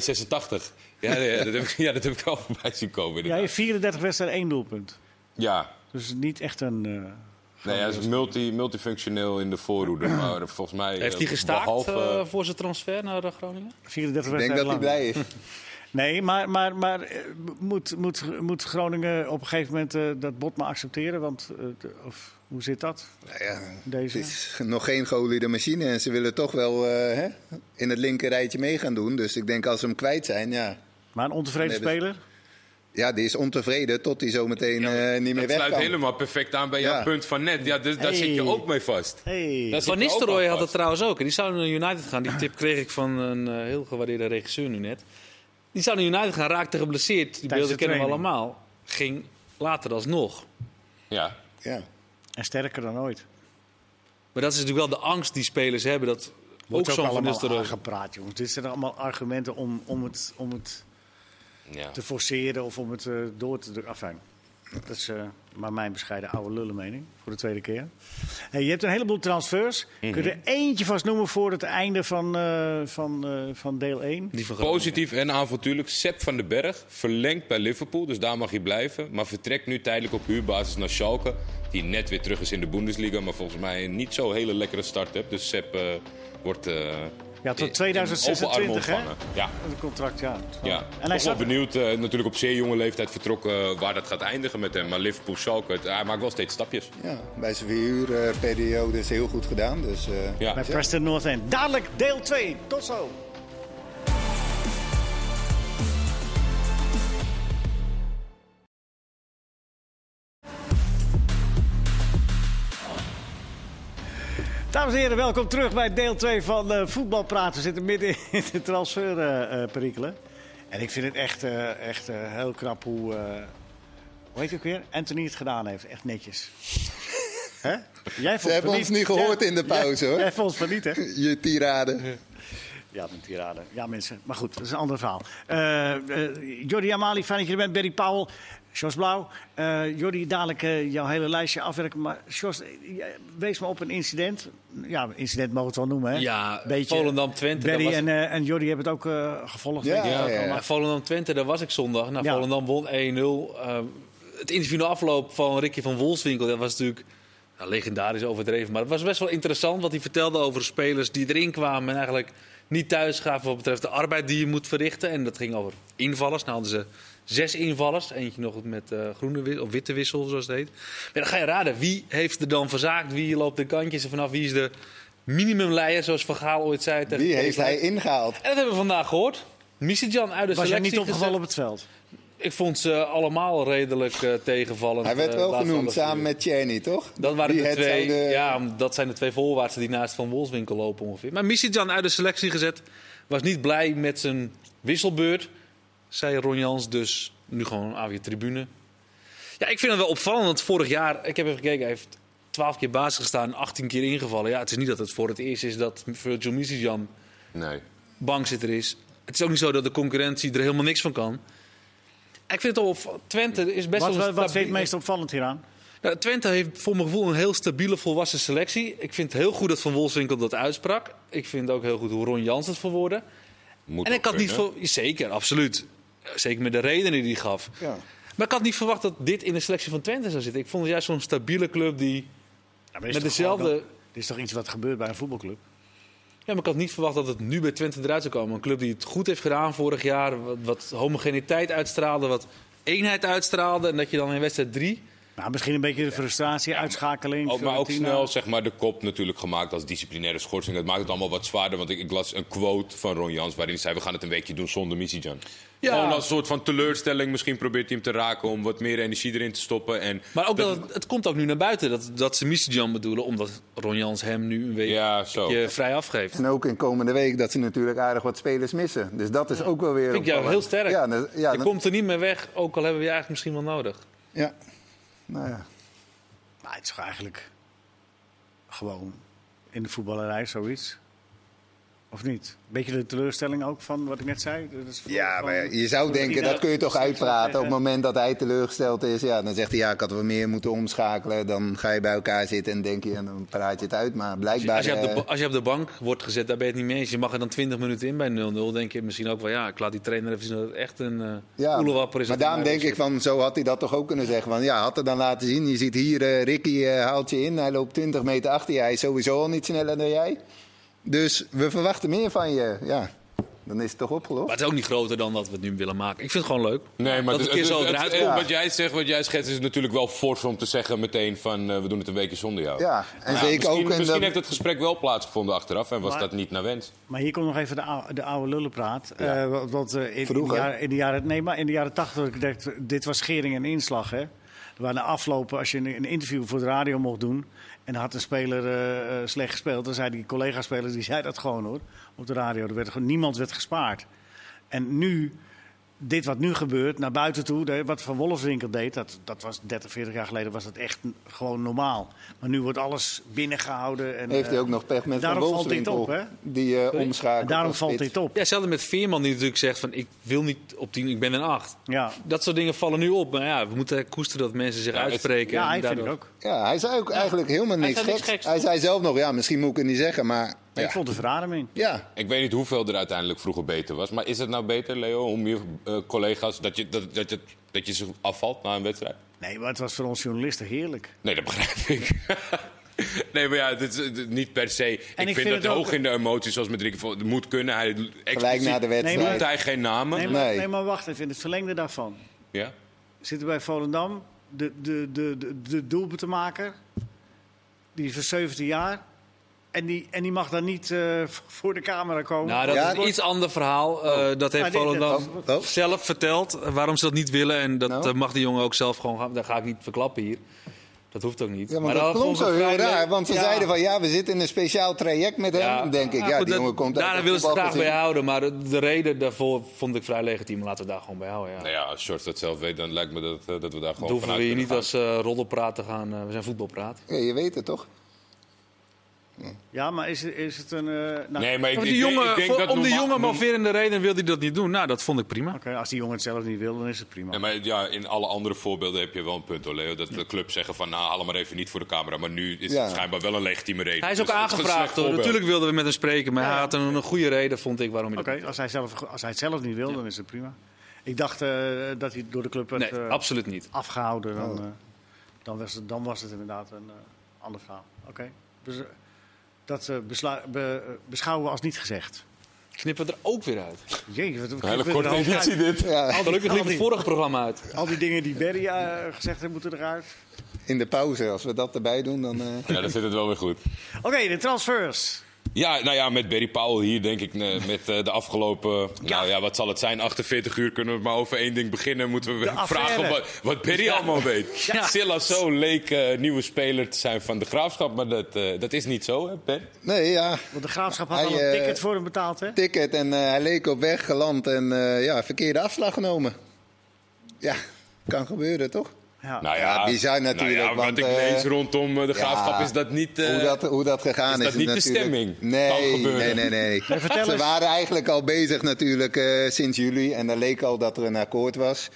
Dat heb ik al voorbij zien komen. Ja, je hebt 34 wedstrijden 1 doelpunt. Ja. Dus niet echt een... Nee, hij is multifunctioneel in de voorhoede. Maar volgens mij... Heeft hij gestaakt voor zijn transfer naar Groningen? 34 ik denk dat hij blij is. Nee, maar moet Groningen op een gegeven moment dat bod maar accepteren? Want, of hoe zit dat? Nou ja, Deze? het is nog geen geoliede machine. En ze willen toch wel in het linker rijtje mee gaan doen. Dus ik denk als ze hem kwijt zijn, ja. Maar een ontevreden speler? Ja, die is ontevreden tot hij zo meteen niet meer weg kan. Dat sluit helemaal perfect aan bij jouw punt van net. Ja, dus daar zit je ook mee vast. Van Nistelrooy had het trouwens ook. Die zou naar United gaan. Die tip kreeg ik van een heel gewaardeerde regisseur nu net. Die zou naar United gaan, raakte geblesseerd. Die beelden kennen we allemaal. Ging later alsnog. Ja. En sterker dan ooit. Maar dat is natuurlijk wel de angst die spelers hebben. Dat wordt ook zo'n Van Nistelrooy aangepraat, jongens. Dit zijn allemaal argumenten om het te forceren of om het door te drukken. Enfin, dat is maar mijn bescheiden oude lullenmening voor de tweede keer. Hey, je hebt een heleboel transfers. Kun je er eentje vast noemen voor het einde van deel 1? Positief en avontuurlijk. Sepp van den Berg verlengt bij Liverpool, dus daar mag hij blijven. Maar vertrekt nu tijdelijk op huurbasis naar Schalke. Die net weer terug is in de Bundesliga, maar volgens mij niet zo'n hele lekkere start heeft. Dus Sepp wordt... tot 2026, hè? Ja. Het contract, ja. En hij is wel benieuwd, natuurlijk op zeer jonge leeftijd vertrokken, waar dat gaat eindigen met hem. Maar Liverpool, Schalke, hij maakt wel steeds stapjes. Ja, bij zijn verhuurperiode is heel goed gedaan. Dus, bij Preston North End. Dadelijk deel 2. Tot zo. Dames en heren, welkom terug bij deel 2 van Voetbalpraat. We zitten midden in de transferperikelen. En ik vind het echt heel knap hoe heet je ook weer? Anthony het gedaan heeft. Echt netjes. Hè? Ze hebben ons niet gehoord in de pauze, hoor. Jij vond het van niet, hè? Je tirade. Ja, mijn tirade. Ja, mensen. Maar goed, dat is een ander verhaal. Jordi Amali, fijn dat je er bent. Berry Powell. Jos Blauw, Jordi, dadelijk jouw hele lijstje afwerken. Maar Jos, wees me op een incident. Ja, incident mogen we het wel noemen, hè? Ja, Volendam-Twente. Berry en Jordi hebben het ook gevolgd. Ja. Volendam-Twente, daar was ik zondag. Nou, Volendam won 1-0. Het interview na afloop van Ricky van Wolfswinkel, dat was natuurlijk legendarisch overdreven. Maar het was best wel interessant wat hij vertelde over spelers die erin kwamen en eigenlijk niet thuis gaven wat betreft de arbeid die je moet verrichten. En dat ging over invallers. Nou hadden ze 6 invallers. Eentje nog met groene of witte wissel, zoals het heet. Maar dan ga je raden, wie heeft er dan verzaakt? Wie loopt de kantjes er vanaf? Wie is de minimumleier, zoals Van Gaal ooit zei? Wie heeft hij ingehaald? En dat hebben we vandaag gehoord. Misitjan uit de selectie. Was je niet opgevallen op het veld? Ik vond ze allemaal redelijk tegenvallend. Hij werd wel genoemd samen met Tjerni, toch? Dat waren de twee. Ja, dat zijn de twee voorwaartsen die naast Van Wolfswinkel lopen ongeveer. Maar Misitjan uit de selectie gezet. Was niet blij met zijn wisselbeurt. Zei Ron Jans, dus nu gewoon aan je tribune. Ja, ik vind het wel opvallend, want vorig jaar, ik heb even gekeken, hij heeft 12 keer basis gestaan, 18 keer ingevallen. Ja, het is niet dat het voor het eerst is dat Virgil Misitjan bankzitter is. Het is ook niet zo dat de concurrentie er helemaal niks van kan. Ik vind het op Twente is best wel... Wat vind je het meest opvallend hieraan? Nou, Twente heeft voor mijn gevoel een heel stabiele, volwassen selectie. Ik vind het heel goed dat Van Wolfswinkel dat uitsprak. Ik vind ook heel goed hoe Ron Jans het verwoordde. En ik had niet zeker, absoluut. Zeker met de redenen die hij gaf. Ja. Maar ik had niet verwacht dat dit in de selectie van Twente zou zitten. Ik vond het juist zo'n stabiele club die met dezelfde... Dit is toch iets wat gebeurt bij een voetbalclub? Ja, maar ik had niet verwacht dat het nu bij Twente eruit zou komen. Een club die het goed heeft gedaan vorig jaar. Wat homogeniteit uitstraalde, wat eenheid uitstraalde. En dat je dan in wedstrijd 3... Nou, misschien een beetje de frustratie, uitschakeling. Maar ook snel zeg maar, de kop natuurlijk gemaakt als disciplinaire schorsing. Dat maakt het allemaal wat zwaarder. Want ik las een quote van Ron Jans waarin hij zei... we gaan het een weekje doen zonder Misijan. Ja. Gewoon als een soort van teleurstelling. Misschien probeert hij hem te raken om wat meer energie erin te stoppen. Maar ook het komt ook nu naar buiten dat ze Misijan bedoelen. Omdat Ron Jans hem nu een week vrij afgeeft. En ook in komende week dat ze natuurlijk aardig wat spelers missen. Dus dat is ook wel weer... Vind ik jou heel sterk. Je komt er niet meer weg, ook al hebben we je eigenlijk misschien wel nodig. Ja. Nou ja. Maar het is eigenlijk gewoon in de voetballerij zoiets. Of niet? Beetje de teleurstelling ook van wat ik net zei? Maar je zou denken, dat kun je toch uitpraten. Op het moment dat hij teleurgesteld is, dan zegt hij... ik had wel meer moeten omschakelen. Dan ga je bij elkaar zitten en denk je, en dan praat je het uit. Maar blijkbaar... Als je op de bank wordt gezet, daar ben je het niet mee eens. Je mag er dan 20 minuten in bij 0-0. Denk je misschien ook wel, ik laat die trainer even zien dat het echt een oelewapper is. Maar daarom denk ik van, zo had hij dat toch ook kunnen zeggen. Van, had er dan laten zien. Je ziet hier, Ricky haalt je in. Hij loopt 20 meter achter je. Hij is sowieso al niet sneller dan jij. Dus we verwachten meer van je. Ja, dan is het toch opgelost. Maar het is ook niet groter dan dat we het nu willen maken. Ik vind het gewoon leuk. Nee, maar wat jij zegt, wat jij schetst, is natuurlijk wel fors om te zeggen meteen van... we doen het een weekje zonder jou. Ja, en zeker ook... Misschien heeft het gesprek wel plaatsgevonden achteraf en was dat niet naar wens. Maar hier komt nog even de oude lullenpraat. In de jaren 80, dit was schering en inslag, hè. Waar na aflopen, als je een interview voor de radio mocht doen... en dan had een speler slecht gespeeld... dan zei die collega-speler, die zei dat gewoon hoor, op de radio. Niemand werd gespaard. En nu, dit wat nu gebeurt, naar buiten toe... wat Van Wolfswinkel deed, dat was 30, 40 jaar geleden... was dat echt gewoon normaal. Maar nu wordt alles binnengehouden. En, heeft hij ook nog pech met Van Wolfswinkel, die omschakelt. En daarom valt dit op. Ja, hetzelfde met Veerman die natuurlijk zegt van... ik wil niet op 10, ik ben een 8. Ja. Dat soort dingen vallen nu op. Maar we moeten koesteren dat mensen zich uitspreken. Ja, hij vind ik ook. Ja, hij zei ook eigenlijk helemaal niks geks. Hij zei zelf nog, misschien moet ik het niet zeggen, maar... Ik vond de verademing. Ja. Ik weet niet hoeveel er uiteindelijk vroeger beter was. Maar is het nou beter, Leo, om je collega's... dat je ze afvalt na een wedstrijd? Nee, maar het was voor ons journalisten heerlijk. Nee, dat begrijp ik. Nee, maar het is niet per se... En ik vind dat hoog in de emoties, zoals met Ricky... Het moet kunnen. Hij gelijk na de wedstrijd. Noemt hij geen namen. Nee, maar wacht even. In het verlengde daarvan. Ja? Zitten bij Volendam de doelpuntenmaker. Die is van 17 jaar... En die mag dan niet voor de camera komen. Nou, dat is een iets ander verhaal. Dat heeft Volendam zelf verteld. Waarom ze dat niet willen. En dat mag die jongen ook zelf gewoon gaan. Dat ga ik niet verklappen hier. Dat hoeft ook niet. Ja, maar dat klonk zo heel raar. Want ze zeiden van we zitten in een speciaal traject met hem. Dan denk ik, die jongen komt uit. Daar willen ze het graag bij houden. Maar de reden daarvoor vond ik vrij legitiem. Laten we daar gewoon bij houden. Ja. Nou ja, als George dat zelf weet, dan lijkt me dat we daar gewoon vanuit hoeven we hier niet als roddelpraat te gaan. We zijn voetbalpraat. Ja, je weet het toch? Ja, maar is het een... nee, maar om die jongen moverende reden wil hij dat niet doen. Nou, dat vond ik prima. Oké, als die jongen het zelf niet wil, dan is het prima. Nee, maar in alle andere voorbeelden heb je wel een punt, hoor, Leo. Dat de club zeggen van, haal hem maar even niet voor de camera. Maar nu is het schijnbaar wel een legitieme reden. Hij is ook aangevraagd, hoor. Natuurlijk wilden we met hem spreken. Maar hij had een goede reden, vond ik, waarom hij dat Oké, als hij het zelf niet wil, dan is het prima. Ik dacht dat hij door de club werd absoluut niet afgehouden. Dan was het inderdaad een ander verhaal. Oké. Dus... Dat beschouwen we als niet gezegd. Knippen we er ook weer uit. Jee, wat een hele korte editie dit. Ja. Gelukkig liep het vorige programma uit. Al die dingen die Berry gezegd heeft, moeten eruit. In de pauze, als we dat erbij doen, dan... Ja, dan zit het wel weer goed. Oké, de transfers. Ja, nou ja, met Barry Powell hier denk ik met de afgelopen... Nou ja, wat zal het zijn? 48 uur kunnen we maar over één ding beginnen. Moeten we vragen wat Barry allemaal weet. Ja. Silasso leek nieuwe speler te zijn van de Graafschap. Maar dat is niet zo, hè, Ben? Nee, ja. Want de Graafschap had al een ticket voor hem betaald, hè? Ticket en hij leek op weg geland en verkeerde afslag genomen. Ja, kan gebeuren, toch? Ja. Nou ja, bizar natuurlijk. Nou ja, wat ik lees rondom de Graafschap is dat niet... hoe dat gegaan is. Is dat niet de stemming? Nee. Ze waren eigenlijk al bezig natuurlijk sinds juli. En er leek al dat er een akkoord was.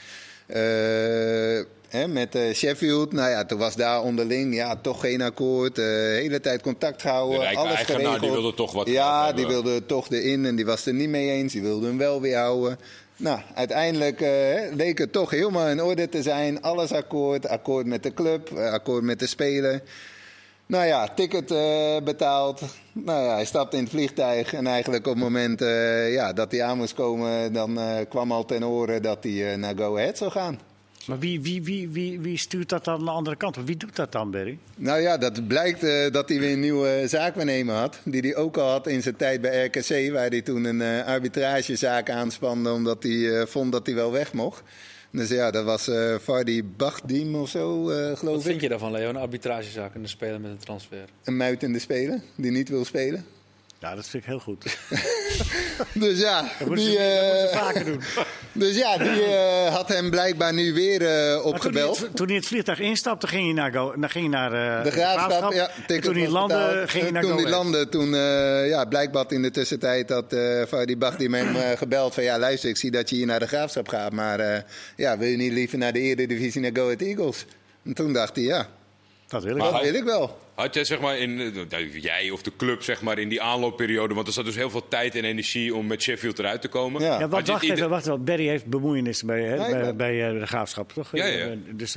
Met Sheffield. Nou ja, toen was daar onderling toch geen akkoord. De hele tijd contact gehouden. De rijke alles eigenaar geregeld. die wilde toch wat. Ja, die wilde toch erin en die was er niet mee eens. Die wilde hem wel weer houden. Nou, uiteindelijk leek het toch helemaal in orde te zijn. Alles akkoord. Akkoord met de club, akkoord met de speler. Nou ja, ticket betaald. Nou ja, hij stapte in het vliegtuig. En eigenlijk op het moment dat hij aan moest komen... dan kwam al ten oren dat hij naar Go Ahead zou gaan. Maar wie stuurt dat dan aan de andere kant? Wie doet dat dan, Barry? Nou ja, dat blijkt dat hij weer een nieuwe zaakwaarnemer had. Die hij ook al had in zijn tijd bij RKC. Waar hij toen een arbitragezaak aanspande. Omdat hij vond dat hij wel weg mocht. Dus ja, dat was Vardy Bagdim of zo, geloof ik. Wat vind je daarvan, Leo? Een arbitragezaak en een speler met een transfer? Een muitende speler die niet wil spelen. Ja, dat vind ik heel goed. Dus ja, dat moeten ze vaker doen. Dus ja, die had hem blijkbaar nu weer opgebeld. Toen hij het vliegtuig instapte, ging hij naar de Graafschap. Ja, toen hij landde, ging hij naar Toen hij landde, blijkbaar in de tussentijd had Vardy Bagdim hem gebeld van... ja, luister, ik zie dat je hier naar de Graafschap gaat... maar wil je niet liever naar de Eredivisie naar Go Ahead Eagles? En toen dacht hij, ja, dat wil ik wel. Had jij zeg maar jij of de club zeg maar in die aanloopperiode, want er zat dus heel veel tijd en energie om met Sheffield eruit te komen. Ja, wacht even. Barry heeft bemoeienis bij de Graafschap, toch? Ja. Dus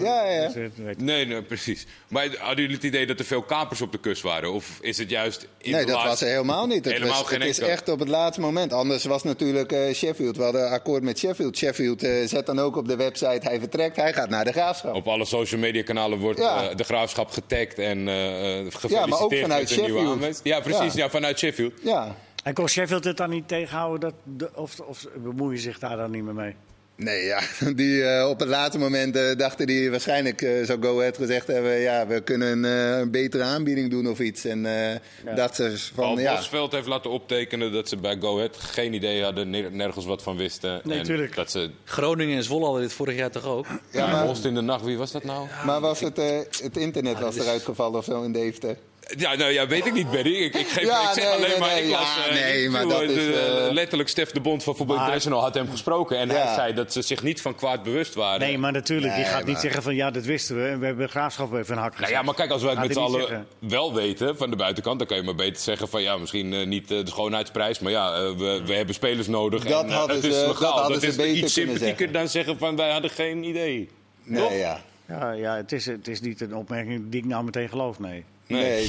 Nee, precies. Maar hadden jullie het idee dat er veel kapers op de kust waren? Of is het juist... Nee, dat was er helemaal niet. Het is echt op het laatste moment. Anders was natuurlijk Sheffield. We hadden akkoord met Sheffield. Sheffield zet dan ook op de website, hij vertrekt, hij gaat naar de Graafschap. Op alle social media kanalen wordt de Graafschap getagd en gefeliciteerd maar ook vanuit met de nieuwe aanwezigheid. Ja, precies. Ja, vanuit Sheffield. Ja. En kon Sheffield het dan niet tegenhouden? Of bemoeien zich daar dan niet meer mee? Nee, ja. Die, op het laatste moment dachten die waarschijnlijk, zou Go Ahead gezegd hebben... ja, we kunnen een betere aanbieding doen of iets. En dat ze van, Bosveld heeft laten optekenen dat ze bij Go Ahead geen idee hadden, nergens wat van wisten. Nee, tuurlijk. Dat ze... Groningen en Zwolle hadden dit vorig jaar toch ook? Ja, maar Holst in de nacht, wie was dat nou? Maar was het internet was eruit gevallen of zo in Deventer? Ja, weet ik niet, Barry. Ik zeg alleen maar... letterlijk Stef de Bond van Voetbal International had hem gesproken. En hij zei dat ze zich niet van kwaad bewust waren. Nee, maar natuurlijk. Die gaat niet zeggen van dat wisten we. En we hebben Graafschap even een hak gezet. Nou ja, maar kijk, als wij het met z'n allen wel weten van de buitenkant... dan kan je maar beter zeggen van misschien niet de schoonheidsprijs... maar we hebben spelers nodig. Dat en hadden het is legaal. Dat is iets sympathieker dan zeggen van wij hadden geen idee. Nee, ja, het is niet een opmerking die ik nou meteen geloof, nee. Nee,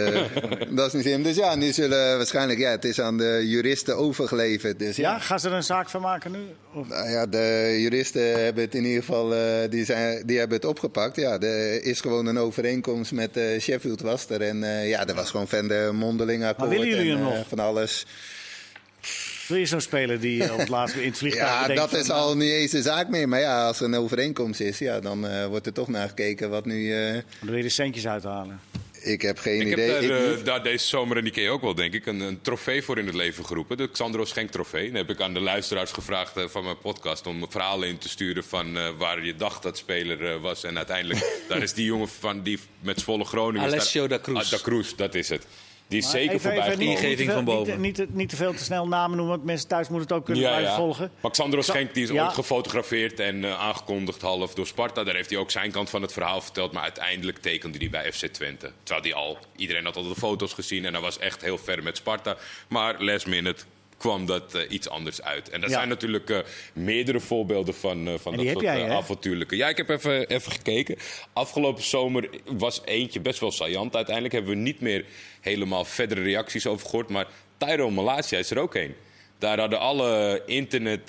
dat is niet slim. Dus ja, nu zullen waarschijnlijk... Ja, het is aan de juristen overgeleverd. Dus ja, gaan ze er een zaak van maken nu? Of? Nou ja, de juristen hebben het in ieder geval... Die hebben het opgepakt. Ja, er is gewoon een overeenkomst met Sheffield was er. En er was gewoon verder mondeling akkoord. Maar willen jullie nog? Van alles. Wil je zo'n speler die op het laatste in het vliegtuig... Ja, dat is al niet eens de zaak meer. Maar ja, als er een overeenkomst is... Ja, dan wordt er toch naar gekeken wat nu... Dan wil je de centjes uithalen. Ik heb geen idee. Ik heb daar deze zomer, en die ken je ook wel denk ik, een trofee voor in het leven geroepen. De Xandro Schenk trofee. Dan heb ik aan de luisteraars gevraagd van mijn podcast om verhalen in te sturen van waar je dacht dat speler was. En uiteindelijk, daar is die jongen van die met Zwolle Groningen... Alessio da Cruz. Da Cruz, dat is het. Die is maar zeker voorbij ingeving van boven. Niet te veel te snel namen noemen, want mensen thuis moeten het ook kunnen blijven volgen. Maar Xandro Schenk die is ooit gefotografeerd en aangekondigd half door Sparta. Daar heeft hij ook zijn kant van het verhaal verteld. Maar uiteindelijk tekende hij bij FC Twente. Terwijl iedereen had al de foto's gezien en hij was echt heel ver met Sparta. Maar last minute kwam dat iets anders uit. En dat zijn natuurlijk meerdere voorbeelden van dat soort avontuurlijke... Ja, ik heb even gekeken. Afgelopen zomer was eentje best wel saillant. Uiteindelijk hebben we niet meer helemaal verdere reacties over gehoord. Maar Tyrone Malacia is er ook een. Daar hadden alle internet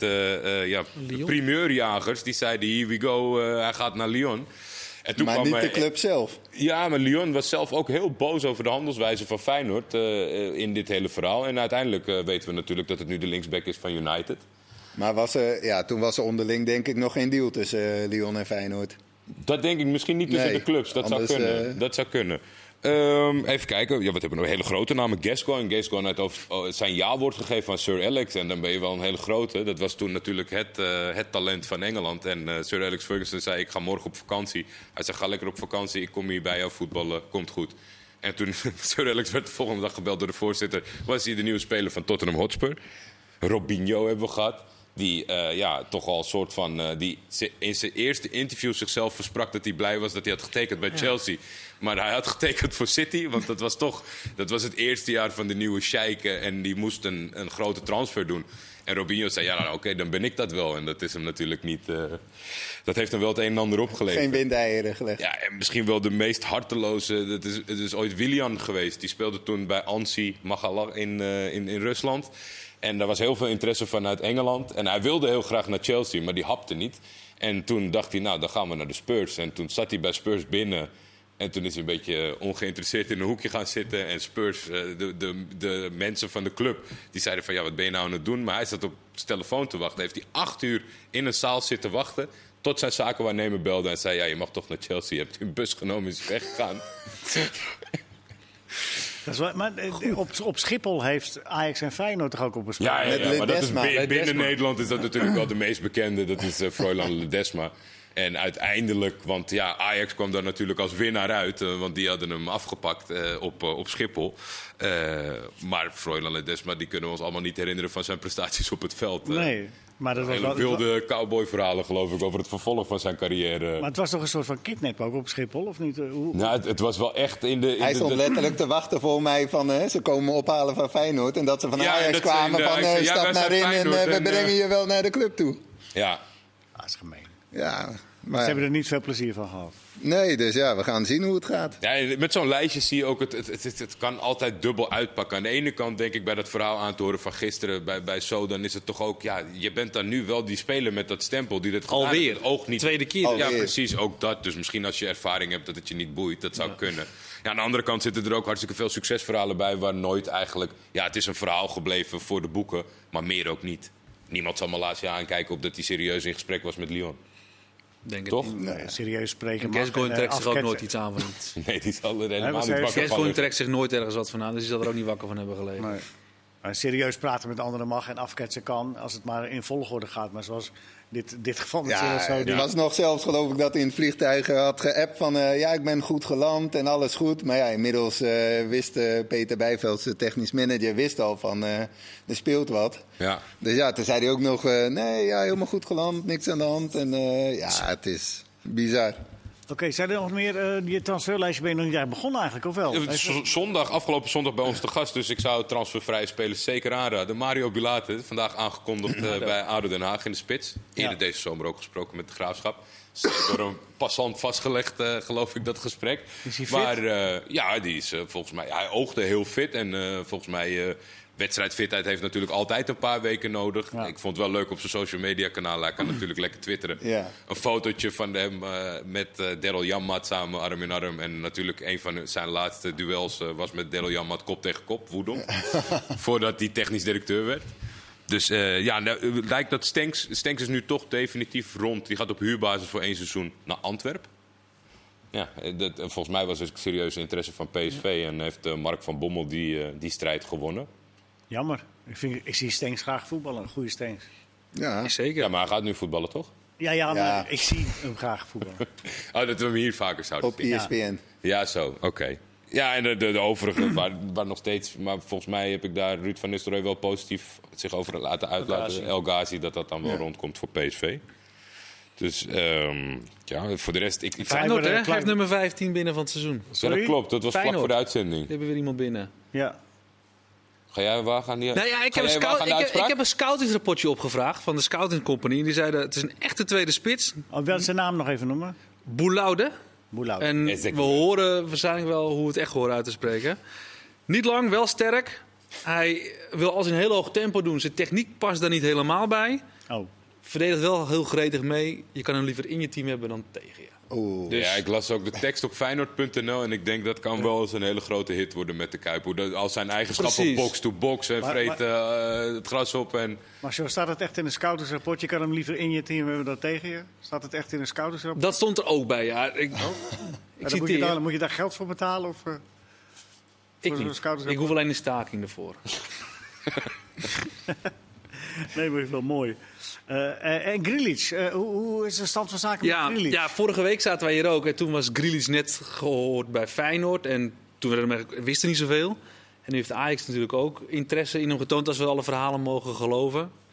primeurjagers... die zeiden, here we go, hij gaat naar Lyon. En toen maar niet de club zelf. Ja, maar Lyon was zelf ook heel boos over de handelswijze van Feyenoord in dit hele verhaal. En uiteindelijk weten we natuurlijk dat het nu de linksback is van United. Maar toen was er onderling denk ik nog geen deal tussen Lyon en Feyenoord. Dat denk ik misschien niet tussen de clubs. Dat zou kunnen. Dat zou kunnen. Even kijken. Ja, wat hebben we nog? Hele grote namen. Gascoigne. Gascoigne had zijn ja-woord gegeven aan Sir Alex. En dan ben je wel een hele grote. Dat was toen natuurlijk het talent van Engeland. En Sir Alex Ferguson zei, ik ga morgen op vakantie. Hij zei, ga lekker op vakantie. Ik kom hier bij jou voetballen. Komt goed. En toen Sir Alex werd de volgende dag gebeld door de voorzitter... was hij de nieuwe speler van Tottenham Hotspur. Robinho hebben we gehad. Die toch al een soort van... die in zijn eerste interview zichzelf versprak dat hij blij was dat hij had getekend bij Chelsea. Maar hij had getekend voor City, want dat was het eerste jaar van de nieuwe sheik. En die moest een grote transfer doen. En Robinho zei, oké, dan ben ik dat wel. En dat is hem natuurlijk niet... dat heeft hem wel het een en ander opgeleverd. Geen windeieren gelegd. Ja, en misschien wel de meest harteloze... Het is ooit Willian geweest. Die speelde toen bij Ansi Magala in Rusland. En daar was heel veel interesse vanuit Engeland. En hij wilde heel graag naar Chelsea, maar die hapte niet. En toen dacht hij, dan gaan we naar de Spurs. En toen zat hij bij Spurs binnen... En toen is hij een beetje ongeïnteresseerd in een hoekje gaan zitten. En Spurs, de mensen van de club, die zeiden van... wat ben je nou aan het doen? Maar hij zat op zijn telefoon te wachten. Heeft hij 8 uur in een zaal zitten wachten... tot zijn zakenwaarnemer belde en zei... je mag toch naar Chelsea. Je hebt een bus genomen en is weggegaan. Dat is wel, maar op Schiphol heeft Ajax en Feyenoord toch ook op een spel? Ja, maar dat is binnen Nederland is dat natuurlijk wel de meest bekende. Dat is Froilan Ledesma. En uiteindelijk, want Ajax kwam daar natuurlijk als winnaar uit. Want die hadden hem afgepakt op Schiphol. Maar Froilan Ledesma, die kunnen we ons allemaal niet herinneren van zijn prestaties op het veld. Nee, maar dat was hele wilde cowboyverhalen, geloof ik, over het vervolg van zijn carrière. Maar het was toch een soort van kidnap ook op Schiphol, of niet? Nou, het was wel echt in de... Hij stond letterlijk te wachten voor mij van... ze komen ophalen van Feyenoord. En dat ze van Ajax kwamen van... stap naar in en we brengen je wel naar de club toe. Ja. Dat is gemeen. Ja, maar... Ze hebben er niet veel plezier van gehad. Nee, dus we gaan zien hoe het gaat. Ja, met zo'n lijstje zie je ook, het kan altijd dubbel uitpakken. Aan de ene kant denk ik bij dat verhaal aan te horen van gisteren bij So... dan is het toch ook, je bent dan nu wel die speler met dat stempel die dat alweer, het oog niet... tweede keer. Alweer. Ja, precies, ook dat. Dus misschien als je ervaring hebt dat het je niet boeit, dat zou kunnen. Ja, aan de andere kant zitten er ook hartstikke veel succesverhalen bij... waar nooit eigenlijk... het is een verhaal gebleven voor de boeken, maar meer ook niet. Niemand zal Malasia aankijken op dat hij serieus in gesprek was met Lyon. Denk toch? Het nee, serieus spreken. En Gascoigne trekt zich ook nooit iets aan van iets. Nee, die zal er helemaal niet wakker van. Gascoigne trekt zich nooit ergens wat van aan, dus die zal er ook niet wakker van hebben gelegen. Nee. Maar serieus praten met anderen mag en afketsen kan als het maar in volgorde gaat. Maar zoals dit geval met zo. Er was nog zelfs, geloof ik, dat hij in het vliegtuig had geappt van... ik ben goed geland en alles goed. Maar inmiddels wist Peter Bijvelds, de technisch manager, wist al van... er speelt wat. Ja. Dus toen zei hij ook nog... helemaal goed geland, niks aan de hand. En het is bizar. Oké, zijn er nog meer? Je transferlijstje ben je nog niet echt begonnen eigenlijk, of wel? Afgelopen zondag bij ons te gast. Dus ik zou transfervrije spelers zeker aanraden. Mario Bilate, vandaag aangekondigd bij ADO Den Haag in de spits. Eerder deze zomer ook gesproken met de Graafschap. Door een passant vastgelegd, geloof ik, dat gesprek. Is hij fit? Maar die is volgens mij... hij oogde heel fit en volgens mij... wedstrijdfitheid heeft natuurlijk altijd een paar weken nodig. Ja. Ik vond het wel leuk op zijn social media kanalen. Hij kan natuurlijk lekker twitteren. Ja. Een fotootje van hem met Daryl Janmaat samen arm in arm. En natuurlijk een van zijn laatste duels was met Daryl Janmaat kop tegen kop. Woedom. Voordat hij technisch directeur werd. Dus lijkt dat Stenks is nu toch definitief rond. Die gaat op huurbasis voor 1 seizoen naar Antwerpen. Ja, volgens mij was er serieus interesse van PSV. En heeft Mark van Bommel die strijd gewonnen. Jammer. Ik zie Stenks graag voetballen. Een goede Stenks. Ja, zeker. Ja, maar hij gaat nu voetballen, toch? Ja, maar ik zie hem graag voetballen. Dat we hem hier vaker zouden zien. Op ESPN. Ja, zo. Oké. Ja, en de overige waar nog steeds... Maar volgens mij heb ik daar Ruud van Nistelrooy wel positief zich over laten uitlaten. El Ghazi, dat dan wel rondkomt voor PSV. Dus voor de rest... Feyenoord heeft nummer 15 binnen van het seizoen. Ja, dat klopt. Dat was vlak voor de uitzending. We hebben weer iemand binnen. Ja. Ga jij waar gaan die? Nou ja, ik heb een scoutingsrapportje opgevraagd van de Scouting Company. Die zeiden het is een echte tweede spits. Wil zijn naam nog even noemen? Boulaude. En we horen waarschijnlijk wel hoe het echt hoort uit te spreken. Niet lang, wel sterk. Hij wil alles in een heel hoog tempo doen. Zijn techniek past daar niet helemaal bij. Verdedigt wel heel gretig mee. Je kan hem liever in je team hebben dan tegen je. Dus... Ja, ik las ook de tekst op Feyenoord.nl en ik denk dat kan wel eens een hele grote hit worden met de Kuip. Als zijn eigenschappen box-to-box en vreten het gras op. Maar zo staat het echt in een scoutingsrapport. Je kan hem liever in je team hebben dan tegen je. Staat het echt in een scoutingsrapport? Dat stond er ook bij, ja. Moet je daar geld voor betalen? Of, ik niet. Ik hoef alleen een staking ervoor. Nee, maar wel mooi. En Grealish, hoe is de stand van zaken met Grealish? Ja, vorige week zaten wij hier ook. En toen was Grealish net gehoord bij Feyenoord. En toen wisten niet zoveel. En nu heeft Ajax natuurlijk ook interesse in hem getoond, als we alle verhalen mogen geloven. En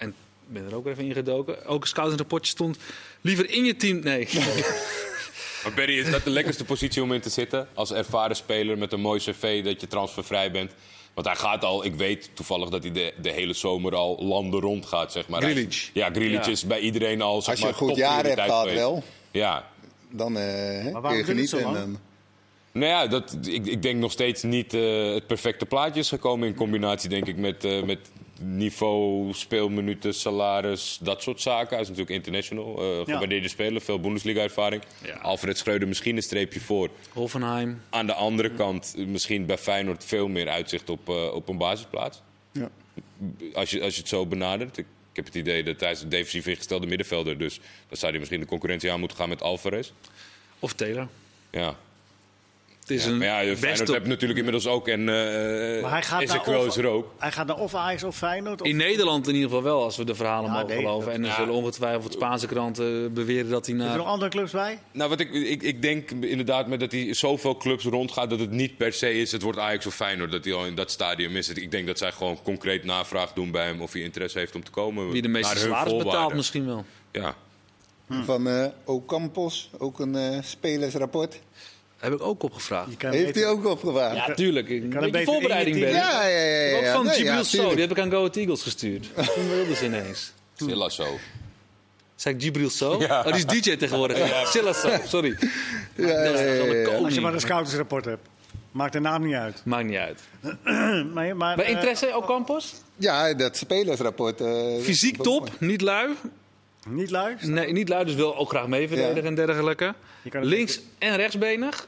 ben er ook even in gedoken. Ook een scouting-rapportje stond liever in je team... Nee. Maar Barry, is dat de lekkerste positie om in te zitten? Als ervaren speler met een mooi cv dat je transfervrij bent. Want hij gaat al, ik weet toevallig dat hij de hele zomer al landen rond gaat, zeg maar. Grealish. Grealish is bij iedereen al, zeg Als je maar, een goed jaar hebt gehad geweest. wel, Ja. dan waarom kun je duurt het zo genieten. En lang? dan... Nou ja, ik denk nog steeds niet het perfecte plaatje is gekomen in combinatie, denk ik, met niveau, speelminuten, salaris, dat soort zaken. Hij is natuurlijk international, gewaardeerde speler, veel Bundesliga-ervaring. Ja. Alfred Schreuder misschien een streepje voor. Hoffenheim. Aan de andere kant misschien bij Feyenoord veel meer uitzicht op een basisplaats. Ja. Als je het zo benadert. Ik heb het idee dat hij is een defensief ingestelde middenvelder. Dus dan zou hij misschien de concurrentie aan moeten gaan met Alvarez. Of Taylor. Ja. Het is een Maar ja, Feyenoord heeft natuurlijk inmiddels ook. En Maar hij gaat Ezequiel is er ook. Hij gaat naar of Ajax of Feyenoord. Of... In Nederland in ieder geval wel, als we de verhalen Ja, mogen nee, geloven. En er zullen ongetwijfeld Spaanse kranten beweren dat hij Zijn er nog naar... andere clubs bij? Nou, wat ik denk inderdaad met dat hij zoveel clubs rondgaat... dat het niet per se is, het wordt Ajax of Feyenoord... dat hij al in dat stadium is. Ik denk dat zij gewoon concreet navraag doen bij hem... of hij interesse heeft om te komen. Wie de meeste naar hun salaris betaalt voorwaarden. misschien wel. Ja. Van Ocampos, ook een spelersrapport. Heb ik ook opgevraagd. Je kan Heeft beter- hij ook opgevraagd? Ja, tuurlijk. kan Een een beetje beetje voorbereiding in je ben. team- Ja. Ook van Nee, Gibril ja, So, tuurlijk. die heb ik aan Go Ahead Eagles gestuurd. Toen wilden ze ineens. Silla zo. Zei ik Gibril So? Ja. Oh, die is DJ tegenwoordig. Ja. Silla So, sorry. Ja, Dat is wel de koning. Als je maar een scoutersrapport hebt. Maakt de naam niet uit. Maakt niet uit. Maar, Bij interesse Ocampos? Ja, dat spelersrapport. Fysiek top, niet lui. niet luisteren. Nee, niet lui, dus wil ook graag mee verdedigen Ja. en dergelijke. Je kan het Links- en rechtsbenig.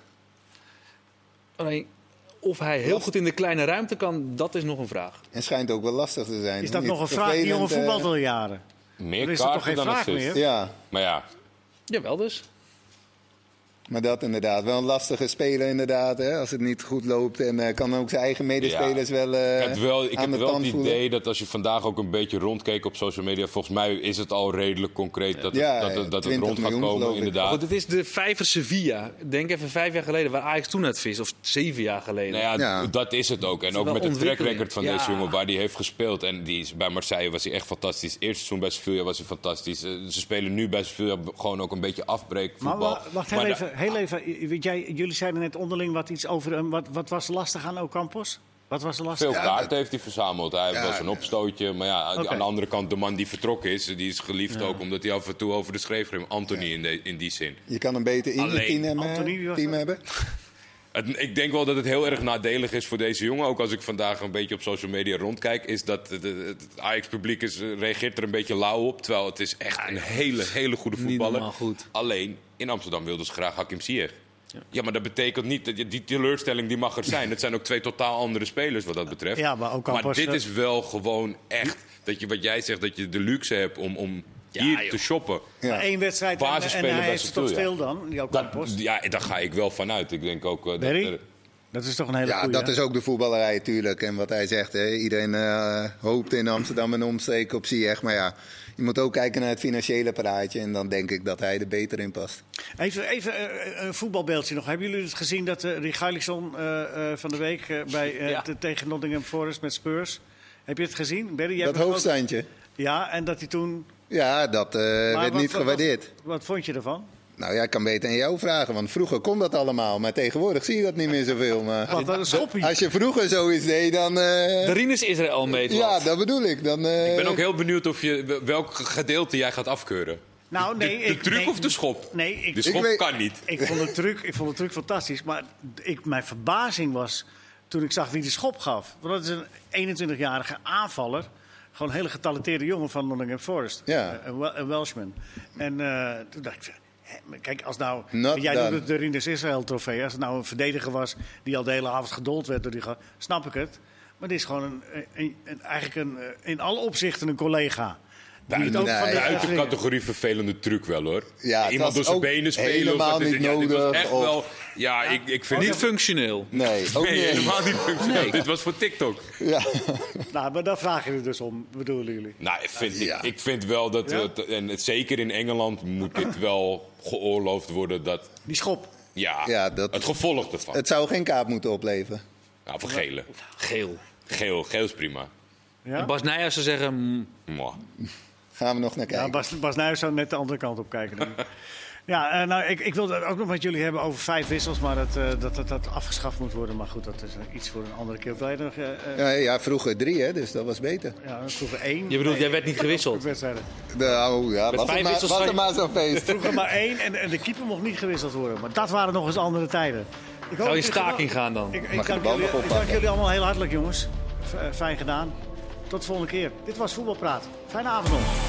Alleen, of hij heel goed in de kleine ruimte kan, dat is nog een vraag. En schijnt ook wel lastig te zijn. Is dat Niet nog een vraag? Die jongen vervelend, voetbalt al jaren. Meer Er is er toch kaarten geen dan vraag assist. meer? Ja, Maar ja, Jawel dus. maar dat inderdaad. Wel een lastige speler inderdaad. Hè? Als het niet goed loopt. En kan ook zijn eigen medespelers wel ik heb wel aan de het tand voelen. idee dat als je vandaag ook een beetje rondkeek op social media... volgens mij is het al redelijk concreet dat Ja, het 20 rond gaat miljoen, komen, geloof ik. inderdaad. Goed, het is de vijver Sevilla. Denk even 5 jaar geleden, waar Ajax toen uit vis. Of 7 jaar geleden. Nou ja, Ja. dat is het ook. En is ook wel met de track ontwikkeling. record van Ja. deze jongen waar hij heeft gespeeld. En die is, bij Marseille was hij echt fantastisch. Eerste seizoen bij Sevilla was hij fantastisch. Ze spelen nu bij Sevilla gewoon ook een beetje afbreekvoetbal. Maar wacht Maar heel even. Jullie zeiden net onderling wat iets over hem. Wat was er lastig aan Ocampos? Wat was er lastig? Veel kaarten heeft hij verzameld. Hij Ja, was een opstootje. Maar ja, Oké. aan de andere kant, de man die vertrokken is, die is geliefd ook omdat hij af en toe over de schreef ging. Anthony in die zin. Je kan hem beter in je Alleen, team hebben. Anthony, wie was team dat? hebben. Ik denk wel dat het heel erg nadelig is voor deze jongen. Ook als ik vandaag een beetje op social media rondkijk. Is dat het Ajax-publiek reageert er een beetje lauw op. Terwijl het is echt een hele goede Niet voetballer. normaal goed. Alleen, in Amsterdam wilden ze graag Hakim Ziyech. Ja, maar dat betekent niet... Die teleurstelling die mag er zijn. Het zijn ook 2 totaal andere spelers wat dat betreft. Ja, maar Ocampos- dit is wel gewoon echt... Dat je, wat jij zegt, dat je de luxe hebt om hier te shoppen. Ja. Maar 1 wedstrijd en Basisspeler hij bij heeft het toch Sevilla. stil dan, die Ocampos? Daar ga ik wel vanuit. Ik denk ook... Barry? Dat is toch een hele Ja, goeie, dat hè? is ook de voetballerij natuurlijk. En wat hij zegt, hè, iedereen hoopt in Amsterdam en omstreken op Ziyech. Maar ja, je moet ook kijken naar het financiële plaatje. En dan denk ik dat hij er beter in past. Even een voetbalbeeldje nog. Hebben jullie het gezien dat Richarlison van de week tegen Nottingham Forest met Spurs... Heb je het gezien? Barry, jij Dat hebt het hoofdstandje. Ja, en dat hij toen... Ja, dat werd niet gewaardeerd. Wat vond je ervan? Nou ja, ik kan beter aan jou vragen, want vroeger kon dat allemaal. Maar tegenwoordig zie je dat niet meer zoveel. Maar Wat een schoppie. als je vroeger zoiets deed, dan... De Rinus Israël meet ja, wat. dat bedoel ik. Dan, Ik ben ook heel benieuwd welk gedeelte jij gaat afkeuren. Nou, nee, De truc of de schop? Nee, De schop weet- kan niet. Ik vond de truc fantastisch. Maar mijn verbazing was toen ik zag wie de schop gaf. Want dat is een 21-jarige aanvaller. Gewoon een hele getalenteerde jongen van Nottingham Forest. Ja. Een Welshman. En toen dacht ik... hè, kijk, als nou... Not jij done. doet de Rinus Israël trofee. Als het nou een verdediger was die al de hele avond gedoold werd door die snap ik het. Maar dit is gewoon eigenlijk in alle opzichten een collega. Die het ook Nee. van de- Uit de categorie vervelende truc wel, hoor. Ja, het Iemand was door zijn ook benen spelen. helemaal of wat, niet dit was nodig, echt of- wel... Ja, ik vind Niet functioneel. Nee, ook Nee, niet. helemaal niet functioneel. Dit was voor TikTok. Ja. Nou, maar daar vraag je er dus om, bedoelen jullie. Nou, Ja. ik vind wel dat... Ja? Zeker in Engeland moet dit wel geoorloofd worden. Dat, Die schop. Ja, dat- het gevolg ervan. Het zou geen kaap moeten opleveren. Nou, voor gele. Geel. Geel is prima. Ja? Bas Nijhuis zou zeggen... Mwah. Gaan we nog naar kijken. Ja, Bas Nijhuis zou net de andere kant op kijken. Denk ik. Ja, nou, ik wil ook nog met jullie hebben over 5 wissels, maar dat afgeschaft moet worden. Maar goed, dat is iets voor een andere keer. Ja, vroeger 3, hè, dus dat was beter. Ja, vroeger 1. Je bedoelt, jij werd niet gewisseld? Nou ja, was er maar zo'n feest. Vroeger maar 1 en de keeper mocht niet gewisseld worden. Maar dat waren nog eens andere tijden. Zou je staking gaan dan? Ik dank jullie allemaal heel hartelijk, jongens. Fijn gedaan. Tot de volgende keer. Dit was Voetbalpraat. Fijne avond nog.